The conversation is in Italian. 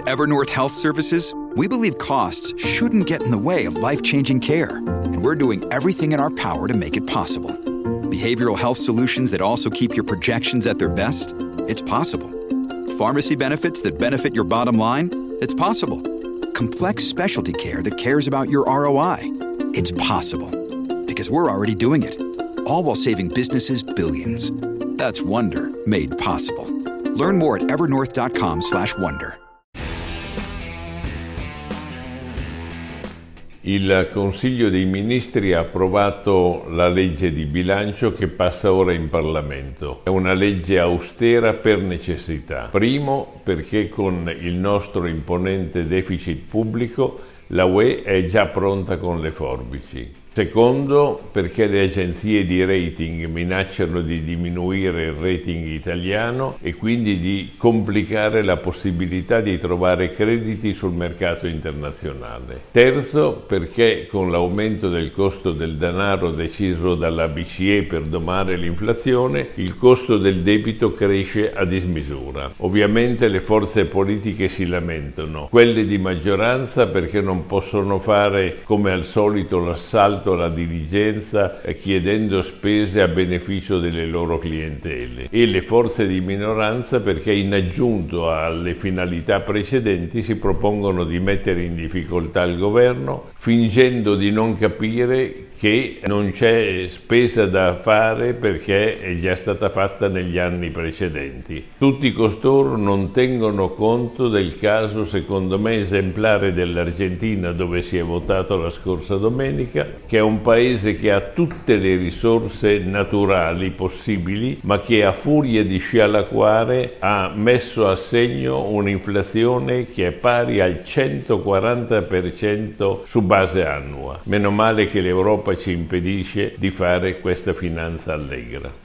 At Evernorth Health Services, we believe costs shouldn't get in the way of life-changing care, and we're doing everything in our power to make it possible. Behavioral health solutions that also keep your projections at their best? It's possible. Pharmacy benefits that benefit your bottom line? It's possible. Complex specialty care that cares about your ROI? It's possible. Because we're already doing it. All while saving businesses billions. That's Wonder made possible. Learn more at evernorth.com/wonder. Il Consiglio dei Ministri ha approvato la legge di bilancio che passa ora in Parlamento. È una legge austera per necessità. Primo, perché con il nostro imponente deficit pubblico la UE è già pronta con le forbici. Secondo, perché le agenzie di rating minacciano di diminuire il rating italiano e quindi di complicare la possibilità di trovare crediti sul mercato internazionale. Terzo, perché con l'aumento del costo del denaro deciso dalla BCE per domare l'inflazione, il costo del debito cresce a dismisura. Ovviamente le forze politiche si lamentano, quelle di maggioranza perché non possono fare come al solito l'assalto alla dirigenza chiedendo spese a beneficio delle loro clientele, e le forze di minoranza perché in aggiunto alle finalità precedenti si propongono di mettere in difficoltà il governo fingendo di non capire che non c'è spesa da fare perché è già stata fatta negli anni precedenti. Tutti costoro non tengono conto del caso, secondo me, esemplare dell'Argentina, dove si è votato la scorsa domenica, che è un paese che ha tutte le risorse naturali possibili, ma che a furia di scialacquare ha messo a segno un'inflazione che è pari al 140% su base annua. Meno male che l'Europa ci impedisce di fare questa finanza allegra.